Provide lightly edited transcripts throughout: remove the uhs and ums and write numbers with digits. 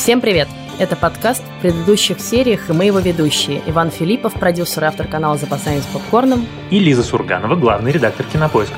Всем привет! Это подкаст в предыдущих сериях, и мы его ведущие. Иван Филиппов, продюсер и автор канала «Запасаемся попкорном». И Лиза Сурганова, главный редактор «Кинопоиска».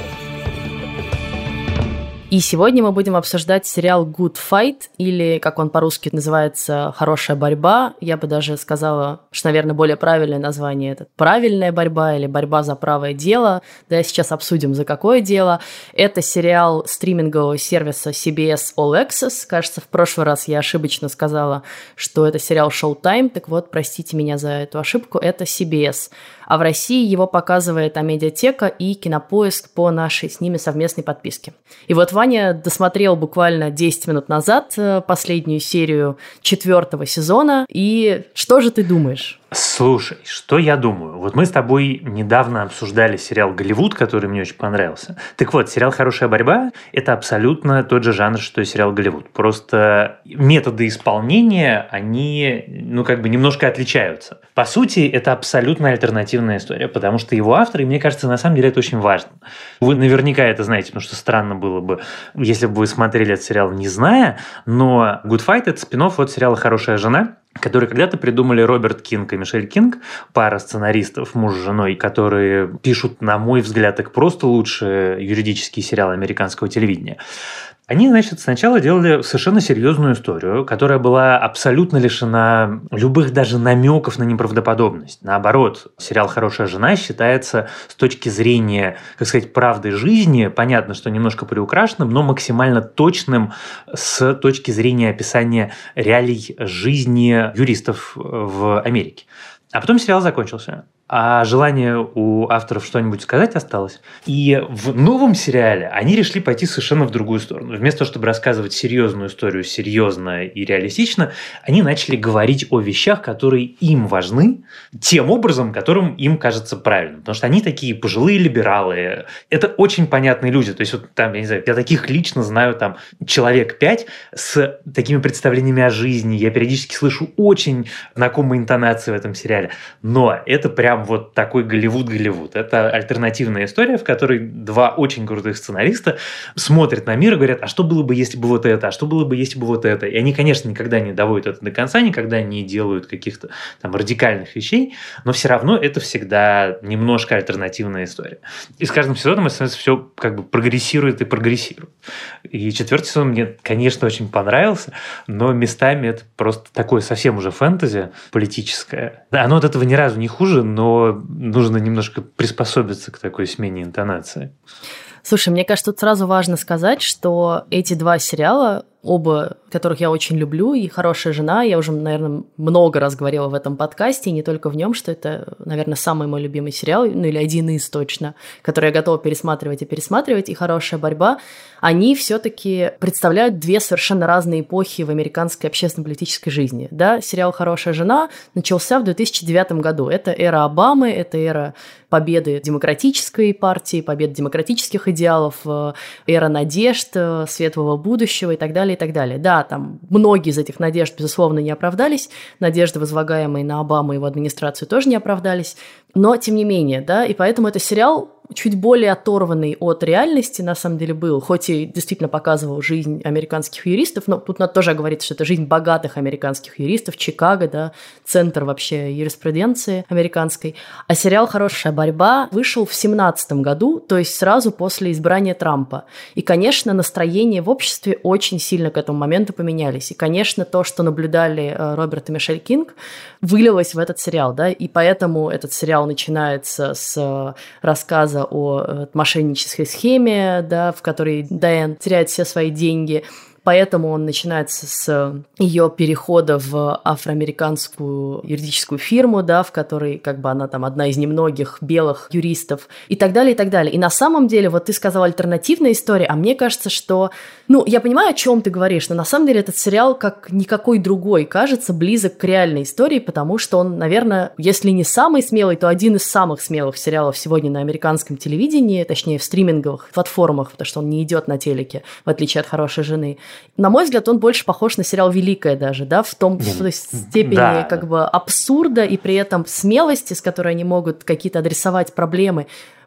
И сегодня мы будем обсуждать сериал Good Fight, или, как он по-русски называется, «Хорошая борьба». Я бы даже сказала, что, наверное, более правильное название – это «Правильная борьба» или «Борьба за правое дело». Да, сейчас обсудим, за какое дело. Это сериал стримингового сервиса CBS All Access. Кажется, в прошлый раз я ошибочно сказала, что это сериал Showtime. Так вот, простите меня за эту ошибку, это CBS. А в России его показывает Амедиатека и Кинопоиск по нашей с ними совместной подписке. И вот Ваня досмотрел буквально 10 минут назад последнюю серию 4-го сезона. И что же ты думаешь? Слушай, что я думаю? Вот мы с тобой недавно обсуждали сериал «Голливуд», который мне очень понравился. Так вот, сериал «Хорошая борьба» — это абсолютно тот же жанр, что и сериал «Голливуд». Просто методы исполнения, они, немножко отличаются. По сути, это абсолютно альтернативная история, потому что его авторы, и мне кажется, на самом деле это очень важно. Вы наверняка это знаете, потому что странно было бы, если бы вы смотрели этот сериал, не зная, но «Good Fight» — это спин-офф от сериала «Хорошая жена», который когда-то придумали Роберт Кинг и Мишель Кинг, пара сценаристов, муж с женой, которые пишут, на мой взгляд, так просто лучшие юридические сериалы американского телевидения. Они, сначала делали совершенно серьезную историю, которая была абсолютно лишена любых даже намеков на неправдоподобность. Наоборот, сериал «Хорошая жена» считается с точки зрения, правды жизни, понятно, что немножко приукрашенным, но максимально точным с точки зрения описания реалий жизни юристов в Америке. А потом сериал закончился. А желание у авторов что-нибудь сказать осталось. И в новом сериале они решили пойти совершенно в другую сторону. Вместо того, чтобы рассказывать серьезную историю серьезно и реалистично, они начали говорить о вещах, которые им важны, тем образом, которым им кажется правильным. Потому что они такие пожилые либералы. Это очень понятные люди. То есть, я таких лично знаю человек 5 с такими представлениями о жизни. Я периодически слышу очень знакомые интонации в этом сериале. Но это прям вот такой Голливуд. Это альтернативная история, в которой два очень крутых сценариста смотрят на мир и говорят, а что было бы, если бы вот это, а что было бы, если бы вот это. И они, конечно, никогда не доводят это до конца, никогда не делают каких-то радикальных вещей, но все равно это всегда немножко альтернативная история. И с каждым сезоном это все прогрессирует и прогрессирует. И 4-й сезон мне, конечно, очень понравился, но местами это просто такое совсем уже фэнтези политическое. Оно от этого ни разу не хуже, но нужно немножко приспособиться к такой смене интонации. Слушай, мне кажется, тут сразу важно сказать, что эти два сериала, оба которых я очень люблю, и «Хорошая жена», я уже, наверное, много раз говорила в этом подкасте, и не только в нем, что это, наверное, самый мой любимый сериал, или один из точно, который я готова пересматривать, и «Хорошая борьба», они все-таки представляют две совершенно разные эпохи в американской общественно-политической жизни. Да, сериал «Хорошая жена» начался в 2009 году. Это эра Обамы, это эра победы демократической партии, победы демократических идеалов, эра надежд, светлого будущего и так далее, и так далее. Да, там многие из этих надежд, безусловно, не оправдались, надежды, возлагаемые на Обаму и его администрацию, тоже не оправдались, но тем не менее, да, и поэтому это сериал чуть более оторванный от реальности, на самом деле, был, хоть и действительно показывал жизнь американских юристов, но тут надо тоже говорить, что это жизнь богатых американских юристов, Чикаго, да, центр вообще юриспруденции американской. А сериал «Хорошая борьба» вышел в 2017 году, то есть сразу после избрания Трампа. И, конечно, настроения в обществе очень сильно к этому моменту поменялись. И, конечно, то, что наблюдали Роберт и Мишель Кинг, вылилось в этот сериал, да, и поэтому этот сериал начинается с рассказа о мошеннической схеме, да, в которой Дайан теряет все свои деньги. Поэтому он начинается с ее перехода в афроамериканскую юридическую фирму, да, в которой она одна из немногих белых юристов и так далее, и так далее. И на самом деле, вот ты сказала альтернативная история, а мне кажется, что... я понимаю, о чем ты говоришь, но на самом деле этот сериал, как никакой другой, кажется близок к реальной истории, потому что он, наверное, если не самый смелый, то один из самых смелых сериалов сегодня на американском телевидении, точнее в стриминговых платформах, потому что он не идет на телеке, в отличие от «Хорошей жены». На мой взгляд, он больше похож на сериал «Великая» даже, да, в том степени абсурда и при этом смелости, с которой они могут какие-то адресовать проблемы.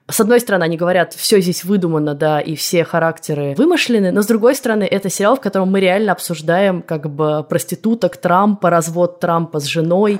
С одной стороны, они говорят, все здесь выдумано, да, и все характеры вымышлены, но с другой стороны, это сериал, в котором мы реально обсуждаем как бы проституток Трампа, развод Трампа с женой.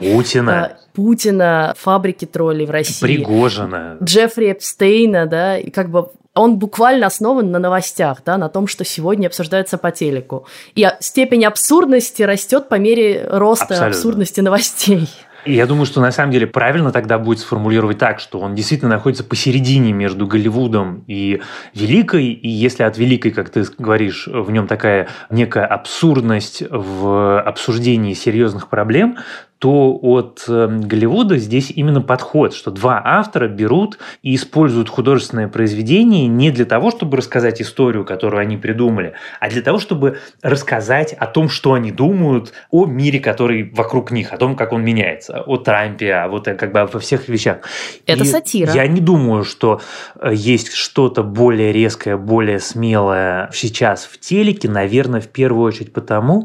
Путина, фабрики троллей в России. Пригожина. Джеффри Эпстейна, да, и как бы он буквально основан на новостях, да, на том, что сегодня обсуждается по телеку. И степень абсурдности растет по мере роста абсурдности новостей. И я думаю, что на самом деле правильно тогда будет сформулировать так, что он действительно находится посередине между Голливудом и Великой, и если от Великой, как ты говоришь, в нем такая некая абсурдность в обсуждении серьезных проблем, то от Голливуда здесь именно подход, что два автора берут и используют художественное произведение не для того, чтобы рассказать историю, которую они придумали, а для того, чтобы рассказать о том, что они думают о мире, который вокруг них, о том, как он меняется, о Трампе, о вот как бы обо всех вещах. Это сатира. Я не думаю, что есть что-то более резкое, более смелое сейчас в телеке, наверное, в первую очередь потому,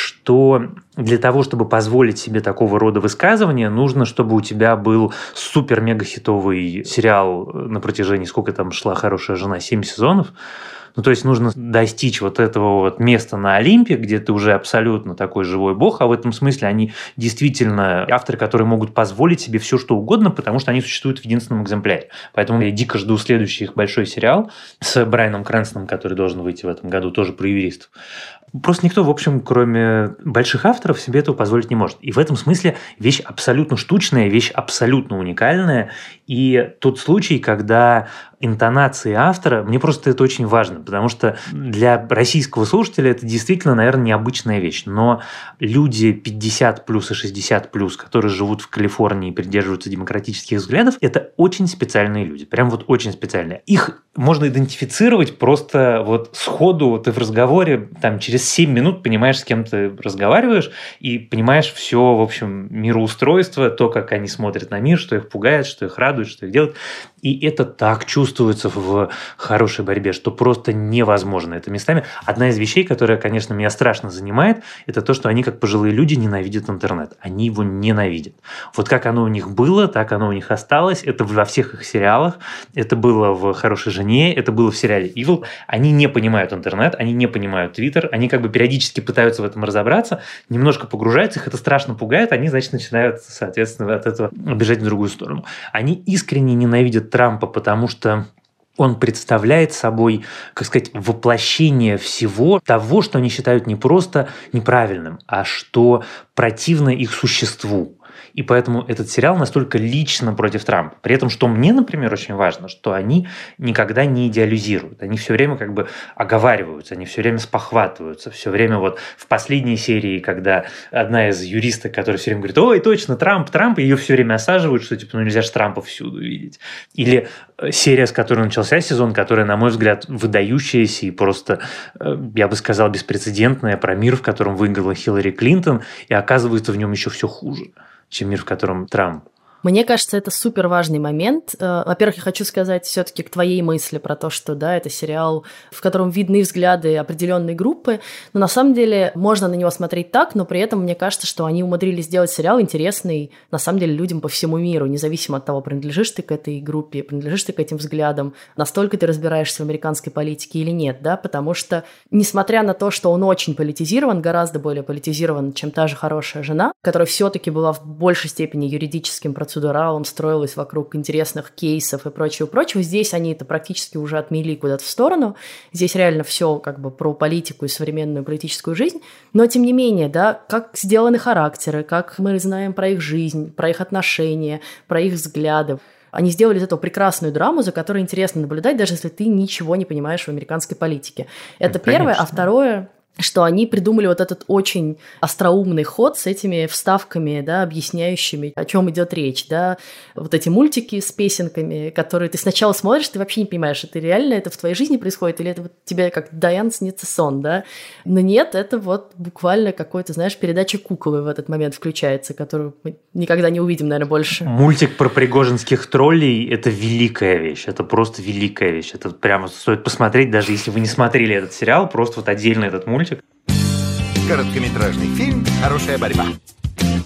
что для того, чтобы позволить себе такого рода высказывания, нужно, чтобы у тебя был супер-мега-хитовый сериал на протяжении, сколько там шла «Хорошая жена», 7 сезонов. Ну, то есть нужно достичь вот этого вот места на Олимпе, где ты уже абсолютно такой живой бог, а в этом смысле они действительно авторы, которые могут позволить себе все, что угодно, потому что они существуют в единственном экземпляре. Поэтому я дико жду следующий их большой сериал с Брайаном Крэнстоном, который должен выйти в этом году, тоже про юристов. Просто никто, в общем, кроме больших авторов, себе этого позволить не может. И в этом смысле вещь абсолютно штучная, вещь абсолютно уникальная. И тот случай, когда интонации автора, мне просто это очень важно, потому что для российского слушателя это действительно, наверное, необычная вещь. Но люди 50 плюс и 60 плюс, которые живут в Калифорнии и придерживаются демократических взглядов, это очень специальные люди. Прям вот очень специальные. Их можно идентифицировать просто вот сходу, ты в разговоре там через 7 минут понимаешь, с кем ты разговариваешь, и понимаешь все, в общем, мироустройство, то, как они смотрят на мир, что их пугает, что их радует, что их делает. И это так чувствуется в хорошей борьбе, что просто невозможно. Это местами одна из вещей, которая, конечно, меня страшно занимает, это то, что они, как пожилые люди, ненавидят интернет. Они его ненавидят. Вот как оно у них было, так оно у них осталось. Это во всех их сериалах. Это было в «Хорошей жене», это было в сериале «Evil». Они не понимают интернет, они не понимают Твиттер, они как бы периодически пытаются в этом разобраться, немножко погружаются, их это страшно пугает, они, значит, начинают, соответственно, от этого бежать в другую сторону. Они искренне ненавидят Трампа, потому что он представляет собой, как сказать, воплощение всего того, что они считают не просто неправильным, а что противно их существу. И поэтому этот сериал настолько лично против Трампа. При этом, что мне, например, очень важно, что они никогда не идеализируют. Они все время как бы оговариваются, они все время спохватываются. Все время вот в последней серии, когда одна из юристок, которая все время говорит: ой, точно, Трамп, ее все время осаживают, что типа, ну нельзя же Трампа всюду видеть. Или серия, с которой начался сезон, которая, на мой взгляд, выдающаяся и просто, я бы сказал, беспрецедентная, про мир, в котором выиграла Хиллари Клинтон, и оказывается в нем еще все хуже, чем мир, в котором Трамп. Мне кажется, это супер важный момент. Во-первых, я хочу сказать все-таки к твоей мысли про то, что да, это сериал, в котором видны взгляды определенной группы, но на самом деле можно на него смотреть так, но при этом мне кажется, что они умудрились сделать сериал интересный на самом деле людям по всему миру, независимо от того, принадлежишь ты к этой группе, принадлежишь ты к этим взглядам, настолько ты разбираешься в американской политике или нет, да, потому что, несмотря на то, что он очень политизирован, гораздо более политизирован, чем та же «Хорошая жена», которая все-таки была в большей степени юридическим процессом, процедуралом, строилась вокруг интересных кейсов и прочего-прочего. Здесь они это практически уже отмели куда-то в сторону. Здесь реально все как бы про политику и современную политическую жизнь. Но, тем не менее, да, как сделаны характеры, как мы знаем про их жизнь, про их отношения, про их взгляды. Они сделали из этого прекрасную драму, за которой интересно наблюдать, даже если ты ничего не понимаешь в американской политике. Это первое. А второе, что они придумали вот этот очень остроумный ход с этими вставками, да, объясняющими, о чем идет речь, да, вот эти мультики с песенками, которые ты сначала смотришь, ты вообще не понимаешь, это реально это в твоей жизни происходит, или это вот тебе как Дайан снится сон, да, но нет, это вот буквально какой-то, знаешь, передача Куковой в этот момент включается, которую мы никогда не увидим, наверное, больше. Мультик про пригожинских троллей – это великая вещь, это просто великая вещь, это прямо стоит посмотреть, даже если вы не смотрели этот сериал, просто вот отдельно этот мультик. Короткометражный фильм «Хорошая борьба».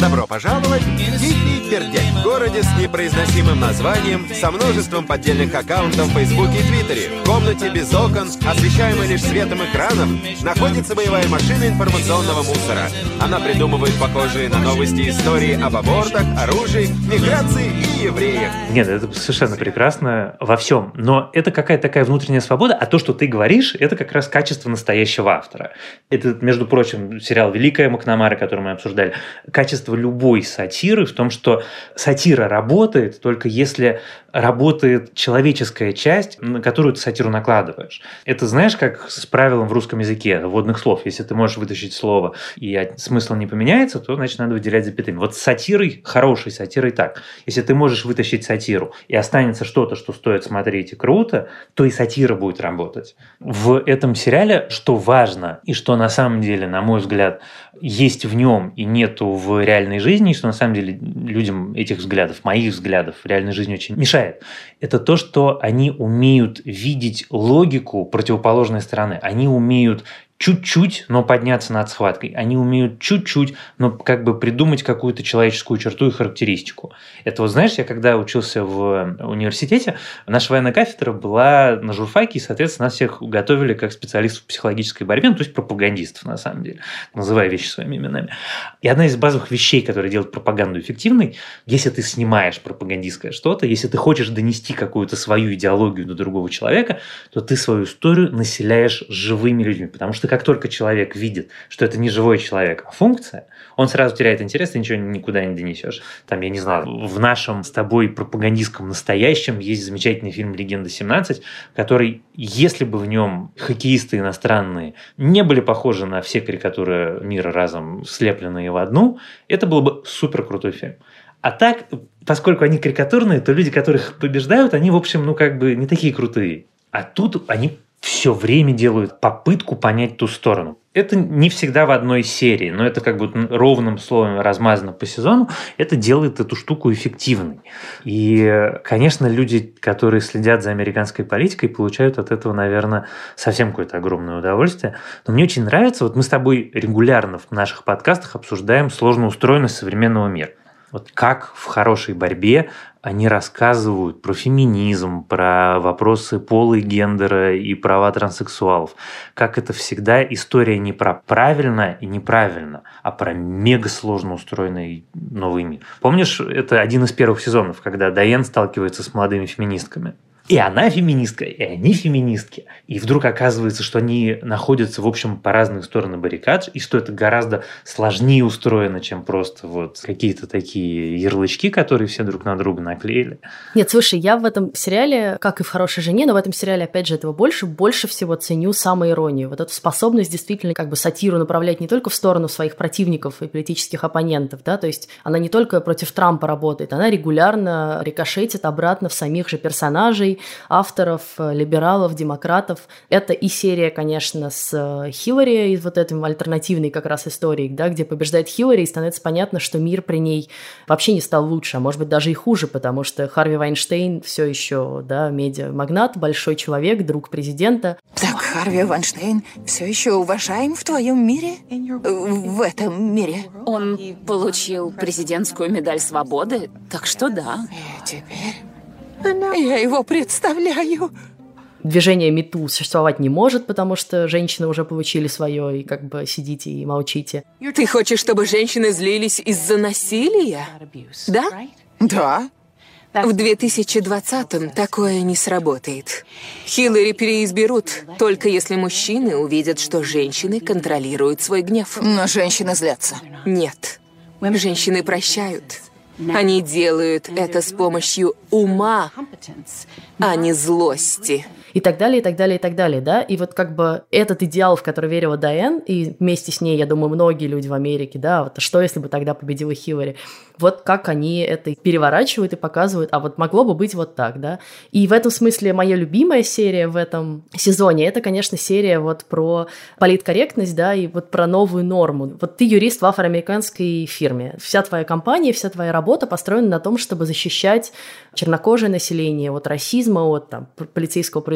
Добро пожаловать в Тихий Пердеть. В городе с непроизносимым названием, со множеством поддельных аккаунтов в Фейсбуке и Твиттере. В комнате без окон, освещаемой лишь светом экранов, находится боевая машина информационного мусора. Она придумывает похожие на новости истории об абортах, оружии, миграции и евреях. Нет, это совершенно прекрасно во всем. Но это какая-то такая внутренняя свобода, а то, что ты говоришь, это как раз качество настоящего автора. Это, между прочим, сериал «Великая Макнамара», который мы обсуждали. Качество любой сатиры в том, что сатира работает только если работает человеческая часть, на которую ты сатиру накладываешь. Это знаешь, как с правилом в русском языке вводных слов. Если ты можешь вытащить слово, и смысл не поменяется, то, значит, надо выделять запятыми. Вот с сатирой, хорошей сатирой так. Если ты можешь вытащить сатиру, и останется что-то, что стоит смотреть и круто, то и сатира будет работать. В этом сериале, что важно, и что на самом деле, на мой взгляд, есть в нем и нету в реальной жизни, и что на самом деле людям этих взглядов, моих взглядов в реальной жизни очень мешает, это то, что они умеют видеть логику противоположной стороны. Они умеют чуть-чуть, но подняться над схваткой. Они умеют чуть-чуть, но как бы придумать какую-то человеческую черту и характеристику. Это вот, знаешь, я когда учился в университете, наша военная кафедра была на журфаке, и, соответственно, нас всех готовили как специалистов в психологической борьбе, ну, то есть пропагандистов, на самом деле, называя вещи своими именами. И одна из базовых вещей, которые делают пропаганду эффективной, если ты снимаешь пропагандистское что-то, если ты хочешь донести какую-то свою идеологию до другого человека, то ты свою историю населяешь живыми людьми, потому что как только человек видит, что это не живой человек, а функция, он сразу теряет интерес, ты ничего никуда не донесешь. Там, я не знаю, в нашем с тобой пропагандистском настоящем есть замечательный фильм «Легенда-17», который, если бы в нем хоккеисты иностранные не были похожи на все карикатуры мира разом слепленные в одну, это был бы супер крутой фильм. А так, поскольку они карикатурные, то люди, которых побеждают, они, в общем, ну как бы не такие крутые. А тут они все время делают попытку понять ту сторону. Это не всегда в одной серии, но это как бы ровным словом размазано по сезону. Это делает эту штуку эффективной. И, конечно, люди, которые следят за американской политикой, получают от этого, наверное, совсем какое-то огромное удовольствие. Но мне очень нравится, вот мы с тобой регулярно в наших подкастах обсуждаем сложно устроенность современного мира. Вот как в хорошей борьбе они рассказывают про феминизм, про вопросы пола и гендера и права транссексуалов. Как это всегда история не про правильно и неправильно, а про мега сложно устроенный новый мир. Помнишь, это один из первых сезонов, когда Дайан сталкивается с молодыми феминистками? И она феминистка, и они феминистки. И вдруг оказывается, что они находятся, в общем, по разные стороны баррикад, и что это гораздо сложнее устроено, чем просто вот какие-то такие ярлычки, которые все друг на друга наклеили. Нет, слушай, я в этом сериале, как и в «Хорошей жене», но в этом сериале, опять же, этого больше всего ценю самоиронию. Вот эту способность действительно как бы сатиру направлять не только в сторону своих противников и политических оппонентов, да, то есть она не только против Трампа работает, она регулярно рикошетит обратно в самих же персонажей, авторов, либералов, демократов. Это и серия, конечно, с Хиллари, вот этой альтернативной как раз историей, да, где побеждает Хиллари, и становится понятно, что мир при ней вообще не стал лучше, а может быть даже и хуже, потому что Харви Вайнштейн все еще, да, медиамагнат, большой человек, друг президента. Так Харви Вайнштейн все еще уважаем в твоем мире? В этом мире? Он получил президентскую медаль свободы, так что да. И теперь... Я его представляю. Движение МИТУ существовать не может, потому что женщины уже получили свое, и как бы сидите и молчите. Ты хочешь, чтобы женщины злились из-за насилия? Да? Да. В 2020-м такое не сработает. Хиллари переизберут, только если мужчины увидят, что женщины контролируют свой гнев. Но женщины злятся. Нет. Женщины прощают. Они делают это с помощью ума, а не злости. И так далее, и так далее, и так далее, да? И вот как бы этот идеал, в который верила Дайан, и вместе с ней, я думаю, многие люди в Америке, да, вот что если бы тогда победила Хиллари? Вот как они это переворачивают и показывают, а вот могло бы быть вот так, да? И в этом смысле моя любимая серия в этом сезоне, это, конечно, серия вот про политкорректность, да, и вот про новую норму. Вот ты юрист в афроамериканской фирме. Вся твоя компания, вся твоя работа построена на том, чтобы защищать чернокожее население от расизма, от там, полицейского произвола,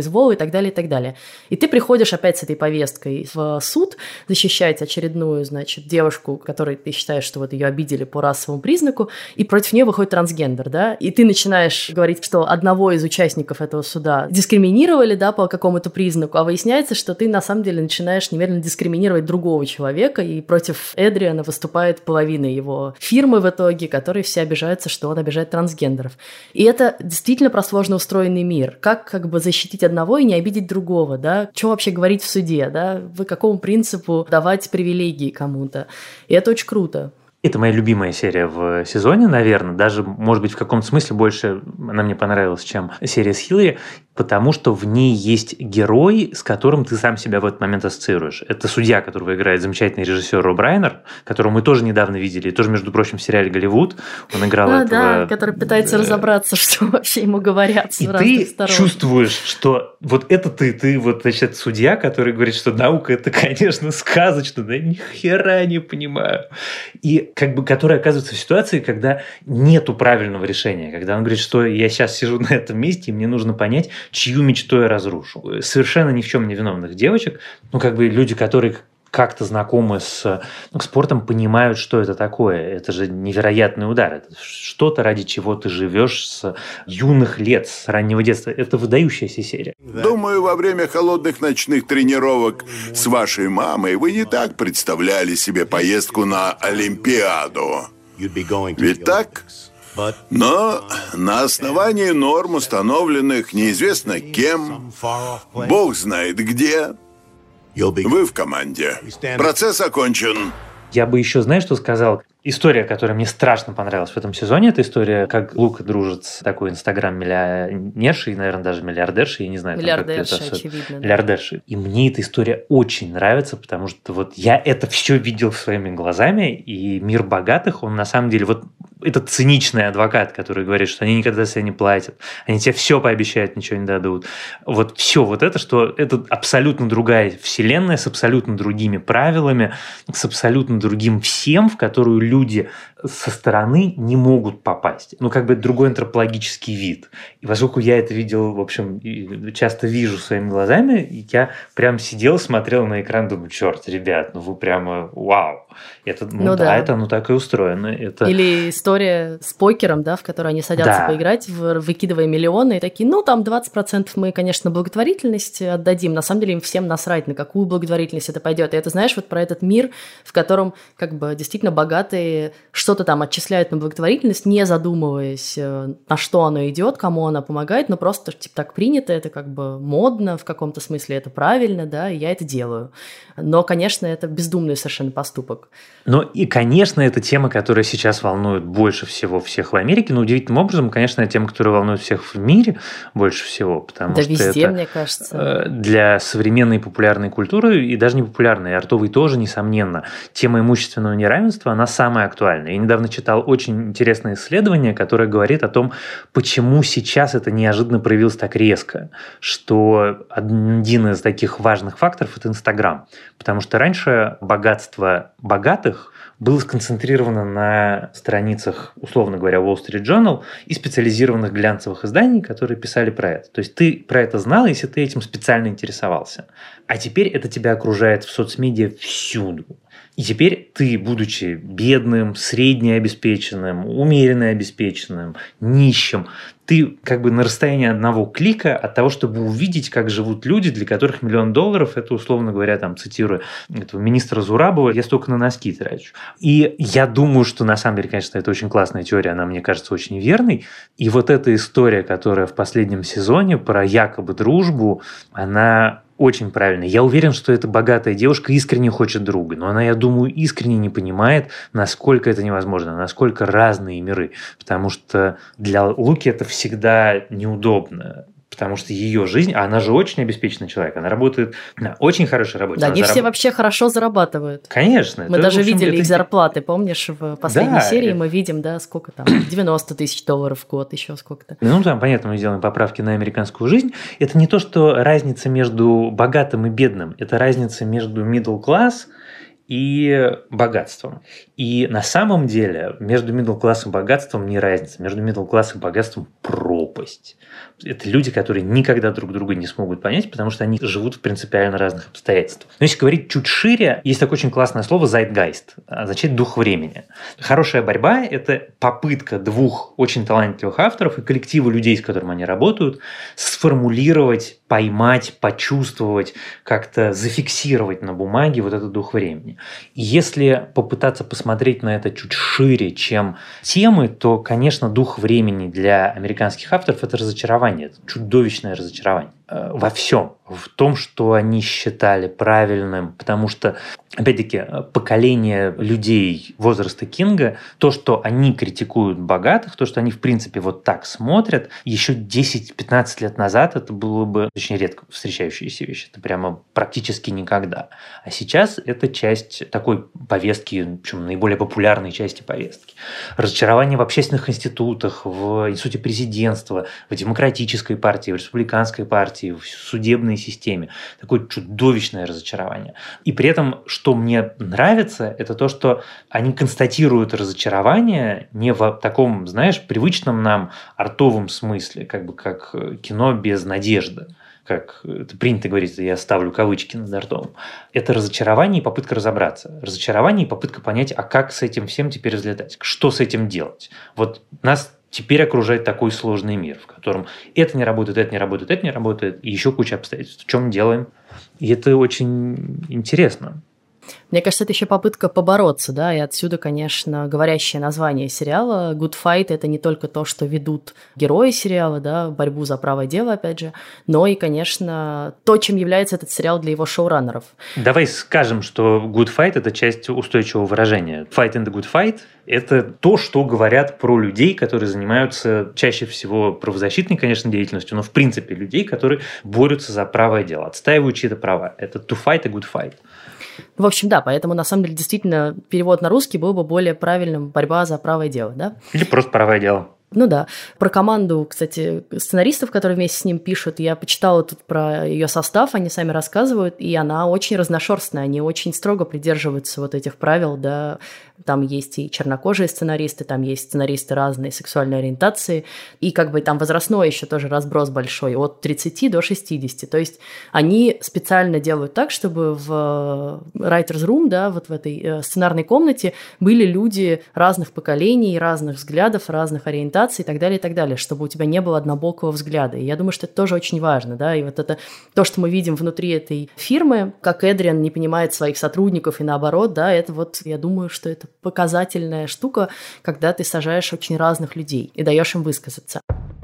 произвола и так далее, и так далее. И ты приходишь опять с этой повесткой в суд защищать очередную, значит, девушку, которой ты считаешь, что вот ее обидели по расовому признаку, и против нее выходит трансгендер, да, и ты начинаешь говорить, что одного из участников этого суда дискриминировали, да, по какому-то признаку, а выясняется, что ты на самом деле начинаешь немедленно дискриминировать другого человека, и против Эдриана выступает половина его фирмы в итоге, которые все обижаются, что он обижает трансгендеров. И это действительно про сложно устроенный мир. Как бы защитить одного и не обидеть другого, да? Что вообще говорить в суде, да? По какому принципу давать привилегии кому-то? И это очень круто. Это моя любимая серия в сезоне, наверное. Даже, может быть, в каком-то смысле больше она мне понравилась, чем серия с Хиллари, потому что в ней есть герой, с которым ты сам себя в этот момент ассоциируешь. Это судья, которого играет замечательный режиссер Роб Райнер, которого мы тоже недавно видели, и тоже, между прочим, в сериале «Голливуд». Он играл этого... Да, который пытается разобраться, что вообще ему говорят с разных сторон. И ты чувствуешь, что вот это ты вот, значит, судья, который говорит, что наука – это, конечно, сказочно, да ни хера не понимаю. И как бы, который оказывается в ситуации, когда нету правильного решения, когда он говорит, что я сейчас сижу на этом месте, и мне нужно понять, чью мечту я разрушу. Совершенно ни в чем не виновных девочек, ну, как бы люди, которые как-то знакомы с спортом, понимают, что это такое. Это же невероятный удар. Это что-то, ради чего ты живешь с юных лет, с раннего детства. Это выдающаяся серия. Думаю, во время холодных ночных тренировок с вашей мамой вы не так представляли себе поездку на Олимпиаду. Ведь так? Но на основании норм, установленных неизвестно кем, Бог знает где, вы в команде. Процесс окончен. Я бы еще, знаешь, что сказал? История, которая мне страшно понравилась в этом сезоне, это история, как Лука дружит с такой инстаграм-миллионершей, наверное, даже миллиардершей, я не знаю. Миллиардершей, очевидно. Миллиардершей. И мне эта история очень нравится, потому что вот я это все видел своими глазами, и мир богатых, он на самом деле, вот этот циничный адвокат, который говорит, что они никогда себе не платят, они тебе все пообещают, ничего не дадут. Вот все вот это, что это абсолютно другая вселенная с абсолютно другими правилами, с абсолютно другим всем, в которую люди со стороны не могут попасть. Ну, как бы другой антропологический вид. И поскольку я это видел, в общем, часто вижу своими глазами, я прям сидел, смотрел на экран, думаю, черт, ребят, ну вы прямо вау. Это, да, это оно так и устроено. Это... Или история с покером, да, в которой они садятся поиграть, выкидывая миллионы, и такие, ну, там 20% мы, конечно, благотворительность отдадим. На самом деле им всем насрать, на какую благотворительность это пойдет. И это, знаешь, вот про этот мир, в котором как бы действительно богатые что-то там отчисляют на благотворительность, не задумываясь, на что оно идет, кому она помогает, но просто типа так принято, это как бы модно в каком-то смысле, это правильно, да, и я это делаю. Но, конечно, это бездумный совершенно поступок. Ну и, конечно, это тема, которая сейчас волнует больше всего всех в Америке, но удивительным образом, конечно, это тема, которая волнует всех в мире больше всего, потому что везде, это мне кажется. Для современной популярной культуры, и даже не популярной, и артовой тоже, несомненно, тема имущественного неравенства, она самая актуальная. Я недавно читал очень интересное исследование, которое говорит о том, почему сейчас это неожиданно проявилось так резко, что один из таких важных факторов – это Инстаграм. Потому что раньше богатство богатых было сконцентрировано на страницах, условно говоря, Wall Street Journal и специализированных глянцевых изданий, которые писали про это. То есть ты про это знал, если ты этим специально интересовался. А теперь это тебя окружает в соцмедиа всюду. И теперь ты, будучи бедным, среднеобеспеченным, умеренно обеспеченным, нищим, ты как бы на расстоянии одного клика от того, чтобы увидеть, как живут люди, для которых $1 миллион – это, условно говоря, там, цитируя этого министра Зурабова, я столько на носки трачу. И я думаю, что на самом деле, конечно, это очень классная теория, она, мне кажется, очень верной. И вот эта история, которая в последнем сезоне про якобы дружбу, она очень правильно. Я уверен, что эта богатая девушка искренне хочет друга, но она, я думаю, искренне не понимает, насколько это невозможно, насколько разные миры. Потому что для Луки это всегда неудобно. Потому что ее жизнь, а она же очень обеспеченный человек, она работает на очень хорошей работе. Да, они все вообще хорошо зарабатывают. Конечно. Мы даже видели их зарплаты, помнишь, в последней серии мы видим, да, сколько там, $90 тысяч в год, еще сколько-то. Ну, там, понятно, мы делаем поправки на американскую жизнь. Это не то, что разница между богатым и бедным, это разница между middle class и богатством. И на самом деле между middle class и богатством не разница, между middle class и богатством пропасть. пропасть. Это люди, которые никогда друг друга не смогут понять, потому что они живут в принципиально разных обстоятельствах. Но если говорить чуть шире, есть такое очень классное слово «zeitgeist», означает «дух времени». Хорошая борьба – это попытка двух очень талантливых авторов и коллектива людей, с которыми они работают, сформулировать, поймать, почувствовать, как-то зафиксировать на бумаге вот этот дух времени. И если попытаться посмотреть на это чуть шире, чем темы, то, конечно, дух времени для американских авторов – это разочарование, это чудовищное разочарование во всем, в том, что они считали правильным, потому что, опять-таки, поколение людей возраста Кинга, то, что они критикуют богатых, то, что они, в принципе, вот так смотрят, еще 10-15 лет назад это было бы очень редко встречающаяся вещь, это прямо практически никогда. А сейчас это часть такой повестки, причем наиболее популярной части повестки. Разочарование в общественных институтах, в институте президентства, в демократической партии, в республиканской партии, в судебной системе. Такое чудовищное разочарование. И при этом, что мне нравится, это то, что они констатируют разочарование не в таком, знаешь, привычном нам артовом смысле, как бы как кино без надежды. Как это принято говорить, я ставлю кавычки над артом. Это разочарование и попытка разобраться. Разочарование и попытка понять, а как с этим всем теперь взлетать, что с этим делать. Вот нас теперь окружает такой сложный мир, в котором это не работает, это не работает, это не работает, и еще куча обстоятельств. В чем делаем? И это очень интересно. Мне кажется, это еще попытка побороться, да, и отсюда, конечно, говорящее название сериала «Good Fight» — это не только то, что ведут герои сериала, да, борьбу за правое дело, опять же, но и, конечно, то, чем является этот сериал для его шоураннеров. Давай скажем, что «Good Fight» — это часть устойчивого выражения. «Fight in the good fight» — это то, что говорят про людей, которые занимаются чаще всего правозащитной, конечно, деятельностью, но, в принципе, людей, которые борются за правое дело, отстаивают чьи-то права. Это «to fight a good fight». В общем, да, поэтому, на самом деле, действительно, перевод на русский был бы более правильным «борьба за правое дело», да? Или просто «правое дело». Ну да. Про команду, кстати, сценаристов, которые вместе с ним пишут, я почитала тут про ее состав, они сами рассказывают, и она очень разношерстная, они очень строго придерживаются вот этих правил, да. Там есть и чернокожие сценаристы, там есть сценаристы разной сексуальной ориентации, и как бы там возрастной еще тоже разброс большой, от 30 до 60. То есть они специально делают так, чтобы в writer's room, да, вот в этой сценарной комнате были люди разных поколений, разных взглядов, разных ориентаций и так далее, чтобы у тебя не было однобокого взгляда. И я думаю, что это тоже очень важно, да, и вот это то, что мы видим внутри этой фирмы, как Эдриан не понимает своих сотрудников и наоборот, да, это вот, я думаю, что это показательная штука, когда ты сажаешь очень разных людей и даешь им высказаться.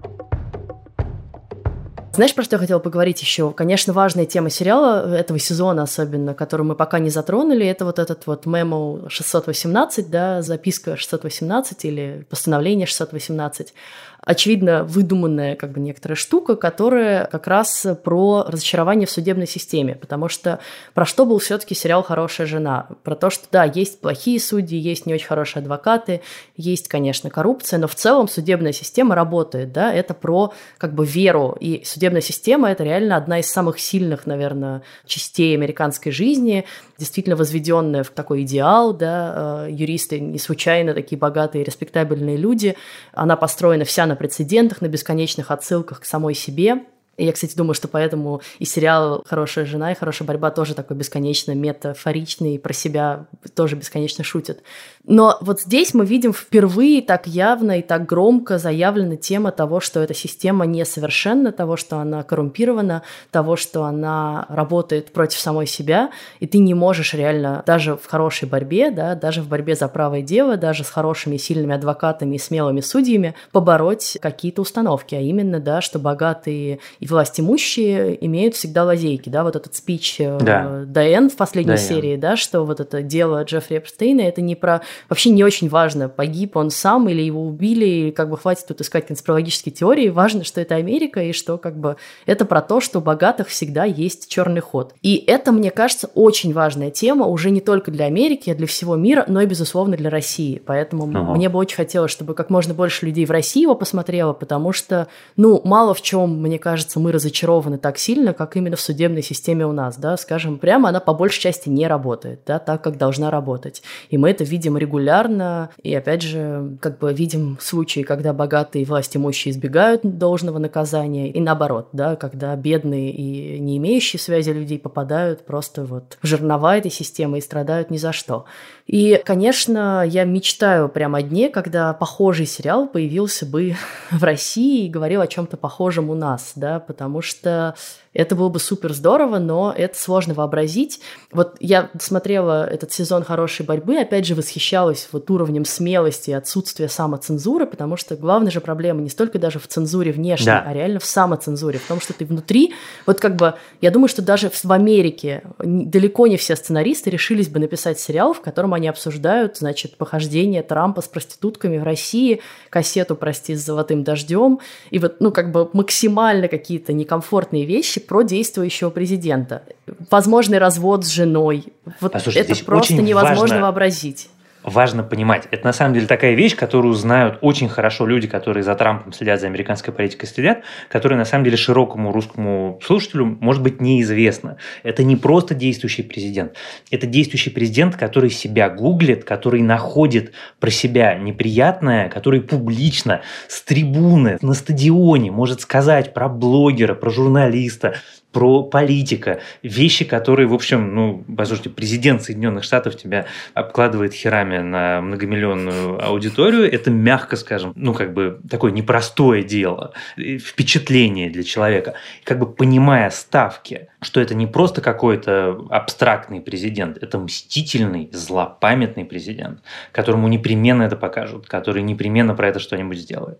Знаешь, про что я хотела поговорить еще? Конечно, важная тема сериала, этого сезона особенно, которую мы пока не затронули, это вот этот вот мемо 618, да, записка 618 или постановление 618. Очевидно, выдуманная как бы некоторая штука, которая как раз про разочарование в судебной системе, потому что про что был все-таки сериал «Хорошая жена»? Про то, что да, есть плохие судьи, есть не очень хорошие адвокаты, есть, конечно, коррупция, но в целом судебная система работает, да, это про как бы веру, и судебная система – это реально одна из самых сильных, наверное, частей американской жизни, действительно возведенная в такой идеал, да, юристы не случайно такие богатые, респектабельные люди, она построена вся на прецедентах, на бесконечных отсылках к самой себе. И я, кстати, думаю, что поэтому и сериал «Хорошая жена» и «Хорошая борьба» тоже такой бесконечно метафоричный, и про себя тоже бесконечно шутят. Но вот здесь мы видим впервые так явно и так громко заявлена тема того, что эта система несовершенна, того, что она коррумпирована, того, что она работает против самой себя, и ты не можешь реально даже в хорошей борьбе, да, даже в борьбе за правое дело, даже с хорошими сильными адвокатами и смелыми судьями побороть какие-то установки, а именно, да, что богатые и властимущие имеют всегда лазейки, да, вот этот спич Дайан в последней серии, да, что вот это дело Джеффри Эпстейна, это не про... Вообще не очень важно, погиб он сам или его убили, и как бы хватит тут искать конспирологические теории, важно, что это Америка, и что как бы это про то, что у богатых всегда есть черный ход. И это, мне кажется, очень важная тема уже не только для Америки, а для всего мира, но и, безусловно, для России. Поэтому мне бы очень хотелось, чтобы как можно больше людей в России его посмотрело, потому что, ну, мало в чем, мне кажется, кажется, мы разочарованы так сильно, как именно в судебной системе у нас, да, скажем прямо, она по большей части не работает, да, так, как должна работать. И мы это видим регулярно, и опять же, как бы видим случаи, когда богатые и властимущие избегают должного наказания, и наоборот, да, когда бедные и не имеющие связи людей попадают просто вот в жернова этой системы и страдают ни за что. И, конечно, я мечтаю прямо о дне, когда похожий сериал появился бы в России и говорил о чем-то похожем у нас, да, потому что это было бы супер здорово, но это сложно вообразить. Вот я смотрела этот сезон «Хорошей борьбы», опять же восхищалась вот уровнем смелости и отсутствия самоцензуры, потому что главная же проблема не столько даже в цензуре внешней, да, а реально в самоцензуре, в том, что ты внутри, вот как бы, я думаю, что даже в Америке далеко не все сценаристы решились бы написать сериал, в котором они обсуждают, значит, похождение Трампа с проститутками в России, кассету, прости, с золотым дождем, и вот, ну, как бы максимально какие-то некомфортные вещи про действующего президента. Возможный развод с женой. Вот послушайте, это просто невозможно вообразить. Важно понимать, это на самом деле такая вещь, которую знают очень хорошо люди, которые за Трампом следят, за американской политикой следят, которые на самом деле широкому русскому слушателю, может быть, неизвестно. Это не просто действующий президент, это действующий президент, который себя гуглит, который находит про себя неприятное, который публично с трибуны на стадионе может сказать про блогера, про журналиста, про политика, вещи, которые, в общем, ну, послушайте, президент Соединенных Штатов тебя обкладывает херами на многомиллионную аудиторию, это, мягко скажем, ну, как бы такое непростое дело, впечатление для человека. Как бы понимая ставки, что это не просто какой-то абстрактный президент, это мстительный, злопамятный президент, которому непременно это покажут, который непременно про это что-нибудь сделает.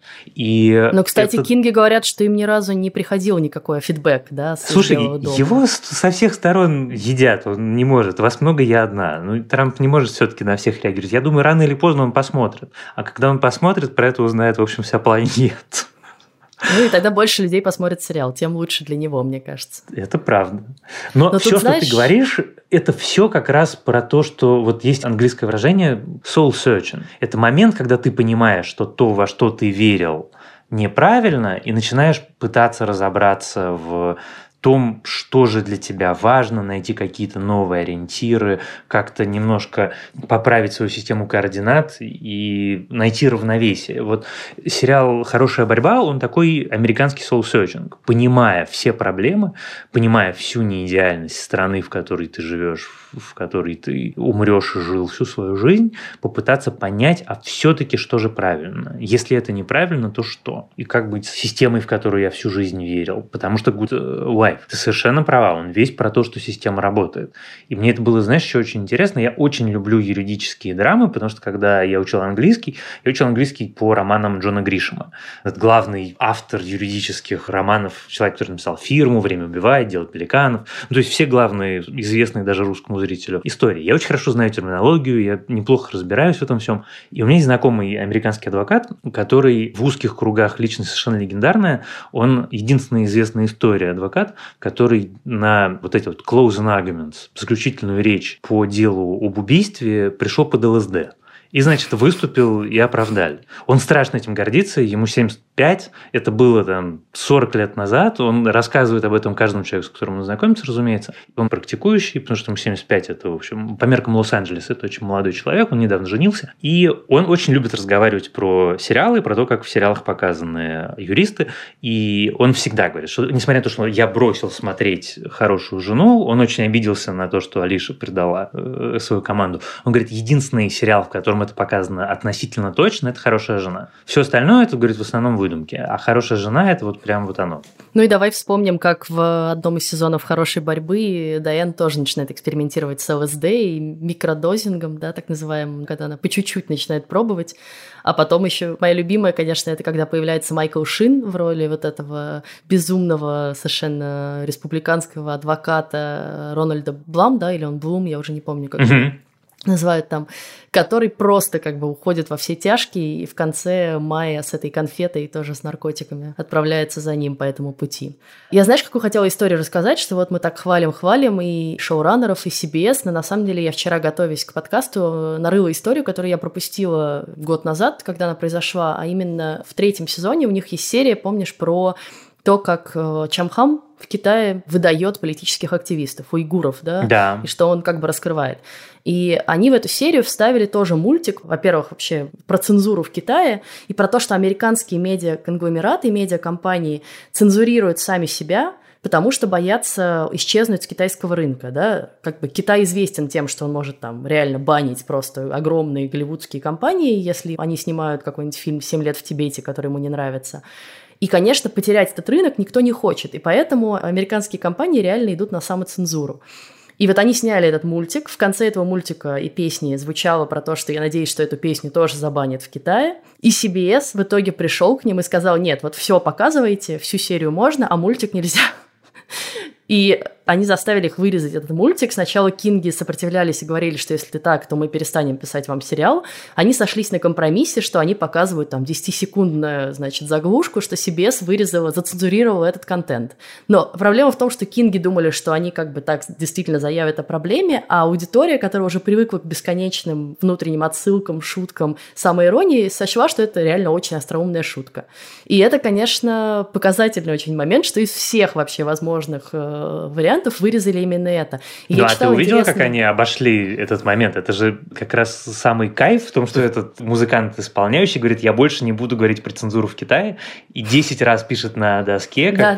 Но, кстати, Кинги говорят, что им ни разу не приходил никакой фидбэк, да, Слушай, его со всех сторон едят, он не может. Вас много, я одна. Ну, Трамп не может все-таки на всех реагировать. Я думаю, рано или поздно он посмотрит. А когда он посмотрит, про это узнает, в общем, вся планета. Ну и тогда больше людей посмотрят сериал, тем лучше для него, мне кажется. Это правда. Но все, что ты говоришь, это все как раз про то, что вот есть английское выражение soul searching. Это момент, когда ты понимаешь, что то, во что ты верил, неправильно, и начинаешь пытаться разобраться в том, что же для тебя важно, найти какие-то новые ориентиры, как-то немножко поправить свою систему координат и найти равновесие. Вот сериал «Хорошая борьба», он такой американский soul-searching. Понимая все проблемы, понимая всю неидеальность страны, в которой ты живешь, в которой ты умрешь и жил всю свою жизнь, попытаться понять, а все-таки что же правильно? Если это неправильно, то что? И как быть с системой, в которую я всю жизнь верил? Потому что Good Wife, ты совершенно права, он весь про то, что система работает. И мне это было, знаешь, еще очень интересно. Я очень люблю юридические драмы, потому что когда я учил английский по романам Джона Гришэма. Это главный автор юридических романов, человек, который написал «Фирму», «Время убивает», «Дело пеликанов». Ну, то есть все главные, известные даже русскому зрителю истории. Я очень хорошо знаю терминологию, я неплохо разбираюсь в этом всем. И у меня есть знакомый американский адвокат, который в узких кругах личность совершенно легендарная. Он единственная известная история адвокат, который на вот эти вот closing arguments, заключительную речь по делу об убийстве пришел под ЛСД. И, значит, выступил и оправдали. Он страшно этим гордится, ему 75, это было там 40 лет назад, он рассказывает об этом каждому человеку, с которым он знакомится, разумеется. Он практикующий, потому что ему 75, это, в общем, по меркам Лос-Анджелеса, это очень молодой человек, он недавно женился. И он очень любит разговаривать про сериалы, про то, как в сериалах показаны юристы. И он всегда говорит, что, несмотря на то, что я бросил смотреть «Хорошую жену», он очень обиделся на то, что Алиша предала свою команду. Он говорит, единственный сериал, в котором это показано относительно точно, это «Хорошая жена». Все остальное, это, говорит, в основном выдумки. А «Хорошая жена» — это вот прям вот оно. Ну и давай вспомним, как в одном из сезонов «Хорошей борьбы» Дайан тоже начинает экспериментировать с ЛСД и микродозингом, да, так называемым, когда она по чуть-чуть начинает пробовать. А потом еще моя любимая, конечно, это когда появляется Майкл Шин в роли вот этого безумного совершенно республиканского адвоката Рональда Блам, да, или он Блум, я уже не помню, как называют там, который просто как бы уходит во все тяжкие, и в конце Майя с этой конфетой, тоже с наркотиками, отправляется за ним по этому пути. Я, знаешь, какую хотела историю рассказать, что вот мы так хвалим и шоураннеров, и CBS, но на самом деле я вчера, готовясь к подкасту, нарыла историю, которую я пропустила год назад, когда она произошла, а именно в 3-м сезоне у них есть серия, помнишь, про то, как Чамхам в Китае выдает политических активистов, уйгуров, да, и что он как бы раскрывает. И они в эту серию вставили тоже мультик, во-первых, вообще про цензуру в Китае и про то, что американские медиаконгломераты, медиакомпании цензурируют сами себя, потому что боятся исчезнуть с китайского рынка, да, как бы Китай известен тем, что он может там реально банить просто огромные голливудские компании, если они снимают какой-нибудь фильм «7 лет в Тибете», который ему не нравится. И, конечно, потерять этот рынок никто не хочет, и поэтому американские компании реально идут на самоцензуру. И вот они сняли этот мультик. В конце этого мультика и песни звучало про то, что я надеюсь, что эту песню тоже забанят в Китае. И CBS в итоге пришел к ним и сказал: нет, вот все показывайте, всю серию можно, а мультик нельзя. И они заставили их вырезать этот мультик. Сначала кинги сопротивлялись и говорили, что если так, то мы перестанем писать вам сериал. Они сошлись на компромиссе, что они показывают там 10-секундную, значит, заглушку, что CBS вырезала, зацензурировала этот контент. Но проблема в том, что кинги думали, что они как бы так действительно заявят о проблеме, а аудитория, которая уже привыкла к бесконечным внутренним отсылкам, шуткам, самоиронии, сочла, что это реально очень остроумная шутка. И это, конечно, показательный очень момент, что из всех вообще возможных вариантов вырезали именно это. И а ты увидела, как они обошли этот момент? Это же как раз самый кайф в том, что этот музыкант исполняющий говорит: я больше не буду говорить про цензуру в Китае, и 10 раз пишет на доске. Да.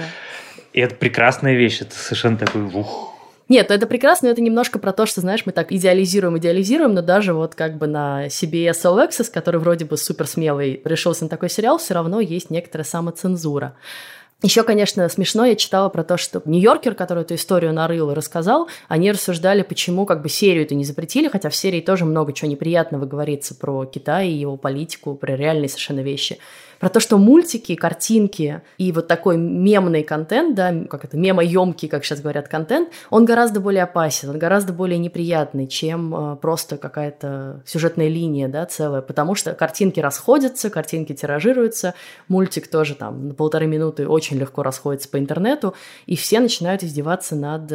И это прекрасная вещь, это совершенно такой ух. Нет, это прекрасно, но это немножко про то, что, знаешь, мы так идеализируем, но даже вот как бы на CBS All Access, который вроде бы супер смелый, решился на такой сериал, все равно есть некоторая самоцензура. Еще, конечно, смешно, я читала про то, что Нью-Йоркер, который эту историю нарыл и рассказал, они рассуждали, почему как бы серию-то не запретили, хотя в серии тоже много чего неприятного говорится про Китай и его политику, про реальные совершенно вещи. Про то, что мультики, картинки и вот такой мемный контент, да, как это, мемоемкий, как сейчас говорят, контент, он гораздо более опасен, он гораздо более неприятный, чем просто какая-то сюжетная линия, да, целая, потому что картинки расходятся, картинки тиражируются, мультик тоже там на 1,5 минуты очень легко расходится по интернету, и все начинают издеваться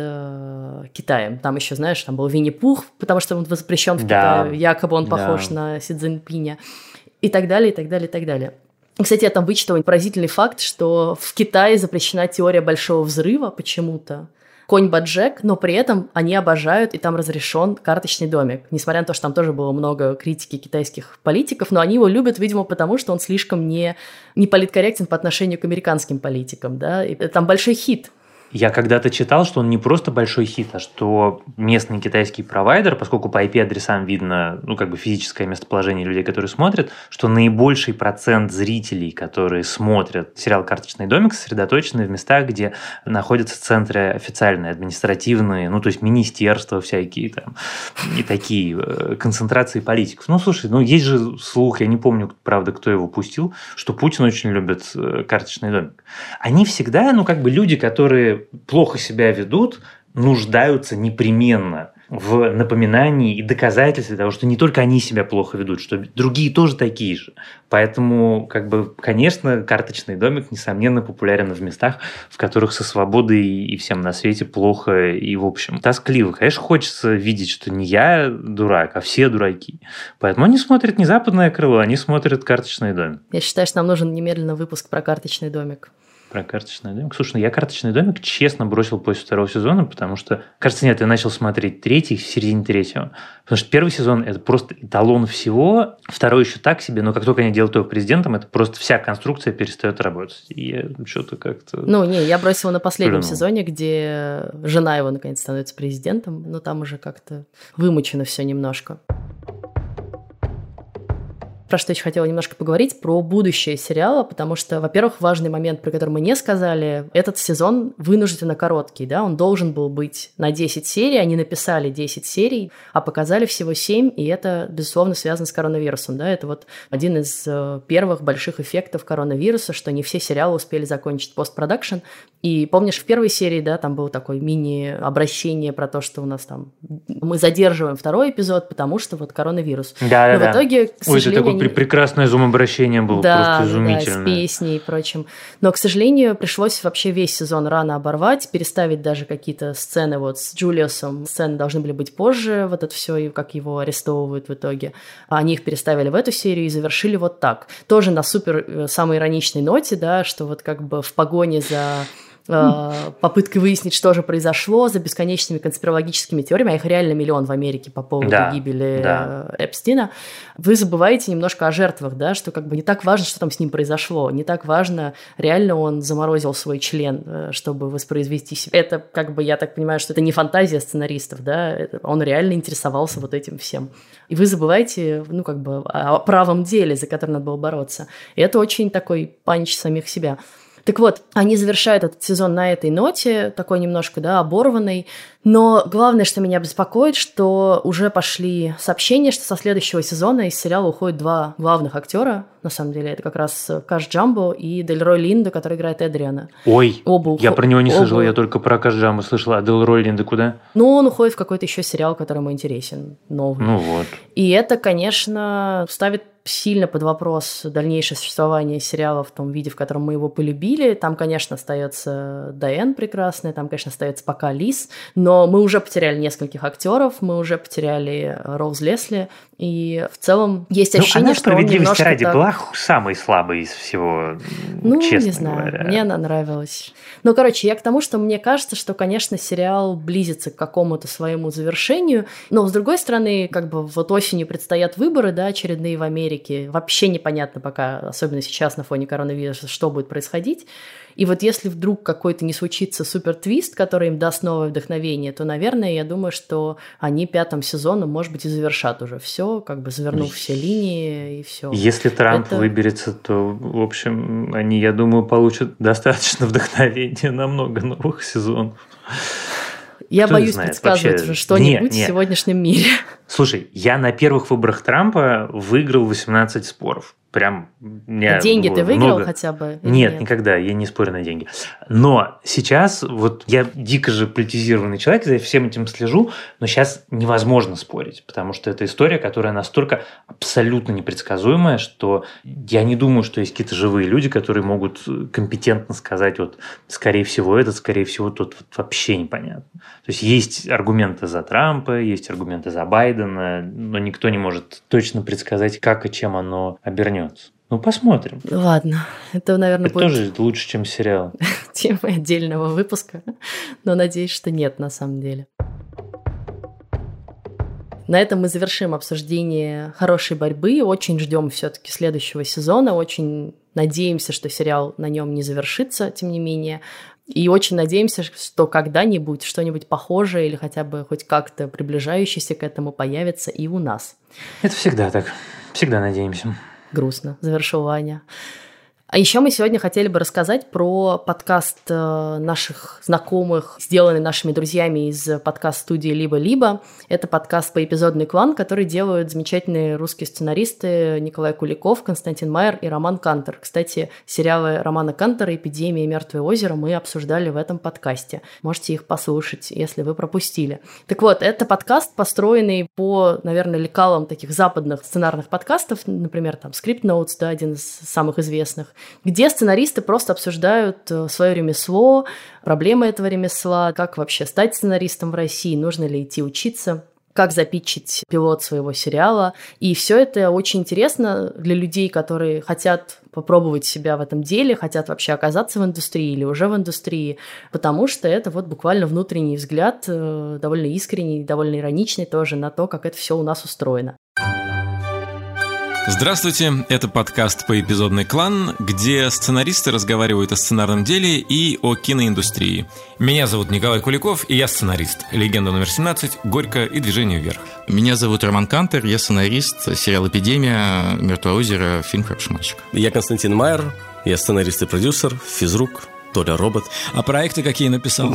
над Китаем. Там еще, знаешь, там был Винни-Пух, потому что он запрещен в Китае, якобы он похож на Си Цзиньпиня, и так далее, и так далее, и так далее. Кстати, я там вычитала поразительный факт, что в Китае запрещена теория большого взрыва почему-то. Конь Боджек, но при этом они обожают, и там разрешен карточный домик. Несмотря на то, что там тоже было много критики китайских политиков, но они его любят, видимо, потому что он слишком не политкорректен по отношению к американским политикам. Да? И там большой хит. Я когда-то читал, что он не просто большой хит, а что местный китайский провайдер, поскольку по IP-адресам видно, как бы физическое местоположение людей, которые смотрят, что наибольший процент зрителей, которые смотрят сериал «Карточный домик», сосредоточены в местах, где находятся центры официальные, административные, то есть министерства всякие там, и такие концентрации политиков. Слушай, есть же слух, я не помню, правда, кто его пустил, что Путин очень любит «Карточный домик». Они всегда, люди, которые плохо себя ведут, нуждаются непременно в напоминании и доказательстве того, что не только они себя плохо ведут, что другие тоже такие же. Поэтому, конечно, «Карточный домик», несомненно, популярен в местах, в которых со свободой и всем на свете плохо и, в общем, тоскливо. Конечно, хочется видеть, что не я дурак, а все дураки. Поэтому они смотрят не «Западное крыло», они смотрят «Карточный домик». Я считаю, что нам нужен немедленно выпуск про «Карточный домик». Про «Карточный домик». Слушай, я «Карточный домик» честно бросил после 2-го сезона, потому что, кажется, нет, я начал смотреть 3-й, в середине 3-го. Потому что 1-й сезон – это просто эталон всего, 2-й еще так себе, но как только они делают его президентом, это просто вся конструкция перестает работать. И я что-то как-то… я бросила на последнем сезоне, где жена его наконец становится президентом, но там уже как-то вымучено все немножко. Про что еще хотела немножко поговорить, про будущее сериала, потому что, во-первых, важный момент, про который мы не сказали, этот сезон вынужденно короткий, да, он должен был быть на 10 серий, они написали 10 серий, а показали всего 7, и это, безусловно, связано с коронавирусом, да, это вот один из первых больших эффектов коронавируса, что не все сериалы успели закончить постпродакшн, и помнишь, в 1-й серии, да, там было такое мини-обращение про то, что у нас там, мы задерживаем 2-й эпизод, потому что вот коронавирус. Да. Но в итоге, к сожалению, прекрасное зум-обращение было, просто изумительно. Да, с песней и прочим. Но, к сожалению, пришлось вообще весь сезон рано оборвать, переставить даже какие-то сцены вот с Джулиусом. Сцены должны были быть позже, вот это все, и как его арестовывают в итоге. А они их переставили в эту серию и завершили вот так. Тоже на супер самой ироничной ноте, да, что вот как бы в погоне за попыткой выяснить, что же произошло, за бесконечными конспирологическими теориями, а их реально миллион в Америке по поводу гибели Эпстина, вы забываете немножко о жертвах, да, что как бы не так важно, что там с ним произошло, не так важно, реально он заморозил свой член, чтобы воспроизвести себя. Это как бы, я так понимаю, что это не фантазия сценаристов, да, он реально интересовался вот этим всем. И вы забываете, ну, как бы о правом деле, за которое надо было бороться. И это очень такой панч самих себя. Так вот, они завершают этот сезон на этой ноте, такой немножко, да, оборванной. Но главное, что меня беспокоит, что уже пошли сообщения, что со следующего сезона из сериала уходят два главных актера. На самом деле, это как раз Каш Джамбо и Дельрой Линдо, который играет Эдриана. Ой, я про него не слышала, я только про Каш Джамбо слышала. А Дельрой Линдо куда? Ну, он уходит в какой-то еще сериал, который ему интересен, новый. Ну вот. И это, конечно, ставит сильно под вопрос дальнейшее существование сериала в том виде, в котором мы его полюбили. Там, конечно, остается Дайан прекрасная, там, конечно, остается пока Лиз, но мы уже потеряли нескольких актеров, мы уже потеряли Роуз Лесли, и в целом есть ощущение, что он немножко... Она, справедливости ради, была самой слабой из всего, честно не знаю, говоря. Мне она нравилась. Ну, короче, я к тому, что мне кажется, что, конечно, сериал близится к какому-то своему завершению, но, с другой стороны, как бы вот осенью предстоят выборы, да, очередные в Америке. Вообще непонятно пока, особенно сейчас на фоне коронавируса, что будет происходить. И вот если вдруг какой-то не случится супер-твист, который им даст новое вдохновение, то, наверное, я думаю, что они 5-м сезоном, может быть, и завершат уже все, как бы завернув все линии и все. Если Трамп выберется, то, в общем, они, я думаю, получат достаточно вдохновения на много новых сезонов. Я боюсь предсказывать уже что-нибудь в сегодняшнем мире. Слушай, я на первых выборах Трампа выиграл 18 споров. Прям деньги ты выиграл хотя бы? Нет, никогда, я не спорю на деньги. Но сейчас, вот я дико же политизированный человек, за всем этим слежу, но сейчас невозможно спорить, потому что это история, которая настолько абсолютно непредсказуемая, что я не думаю, что есть какие-то живые люди, которые могут компетентно сказать, вот, скорее всего этот, скорее всего тот, вот, вообще непонятно. То есть есть аргументы за Трампа, есть аргументы за Байдена, но никто не может точно предсказать, как и чем оно обернется. Ну, посмотрим. Ладно, это, наверное, это будет... тоже лучше, чем сериал. Темой отдельного выпуска, но надеюсь, что нет на самом деле. На этом мы завершим обсуждение «Хорошей борьбы». Очень ждем все-таки следующего сезона, очень надеемся, что сериал на нем не завершится, тем не менее. И очень надеемся, что когда-нибудь что-нибудь похожее или хотя бы хоть как-то приближающееся к этому появится и у нас. Это всегда так. Всегда надеемся. Грустно, завершил Ваня. А еще мы сегодня хотели бы рассказать про подкаст наших знакомых, сделанный нашими друзьями из подкаст-студии «Либо-либо». Это подкаст «Поэпизодный клан», который делают замечательные русские сценаристы Николай Куликов, Константин Майер и Роман Кантер. Кстати, сериалы Романа Кантера «Эпидемия» и «Мертвое озеро» мы обсуждали в этом подкасте. Можете их послушать, если вы пропустили. Так вот, это подкаст, построенный по, наверное, лекалам таких западных сценарных подкастов, например, там Script Notes, да, один из самых известных, где сценаристы просто обсуждают свое ремесло, проблемы этого ремесла, как вообще стать сценаристом в России, нужно ли идти учиться, как запитчить пилот своего сериала. И все это очень интересно для людей, которые хотят попробовать себя в этом деле, хотят вообще оказаться в индустрии или уже в индустрии, потому что это вот буквально внутренний взгляд, довольно искренний, довольно ироничный тоже на то, как это все у нас устроено. Здравствуйте, это подкаст «Поэпизодный клан», где сценаристы разговаривают о сценарном деле и о киноиндустрии. Меня зовут Николай Куликов, и я сценарист. «Легенда номер 17», «Горько» и «Движение вверх». Меня зовут Роман Кантер, я сценарист, сериал «Эпидемия», «Мертвое озеро», фильм «Хороший мальчик». Я Константин Майер, я сценарист и продюсер, физрук, Толя робот. А проекты какие написал?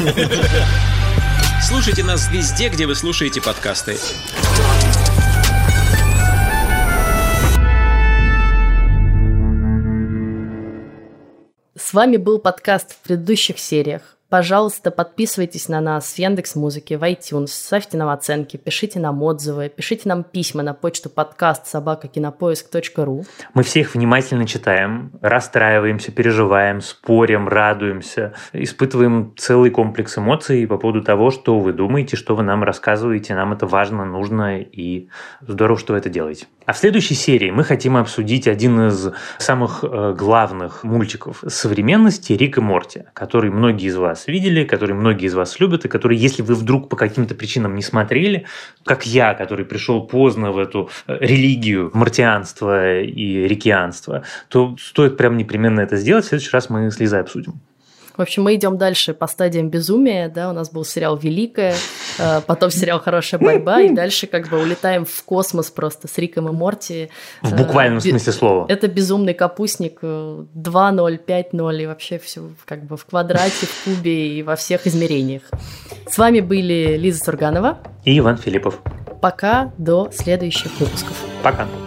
Слушайте нас везде, где вы слушаете подкасты. С вами был подкаст в предыдущих сериях Пожалуйста, подписывайтесь на нас в Яндекс.Музыке, в iTunes, ставьте нам оценки, пишите нам отзывы, пишите нам письма на почту podcast@кинопоиск.ру. Мы всех внимательно читаем, расстраиваемся, переживаем, спорим, радуемся, испытываем целый комплекс эмоций по поводу того, что вы думаете, что вы нам рассказываете. Нам это важно, нужно, и здорово, что вы это делаете. А в следующей серии мы хотим обсудить один из самых главных мультиков современности — «Рик и Морти», который многие из вас видели, который многие из вас любят, и который, если вы вдруг по каким-то причинам не смотрели, как я, который пришел поздно в эту религию мортианства и рикианства, то стоит прям непременно это сделать. В следующий раз мы с Лизой обсудим. В общем, мы идем дальше по стадиям безумия, да, у нас был сериал «Великая», потом сериал «Хорошая борьба», и дальше как бы улетаем в космос просто с Риком и Морти. В буквальном смысле слова. Это «Безумный капустник» 2.0, 5.0, и вообще все как бы в квадрате, в кубе и во всех измерениях. С вами были Лиза Сурганова и Иван Филиппов. Пока, до следующих выпусков. Пока.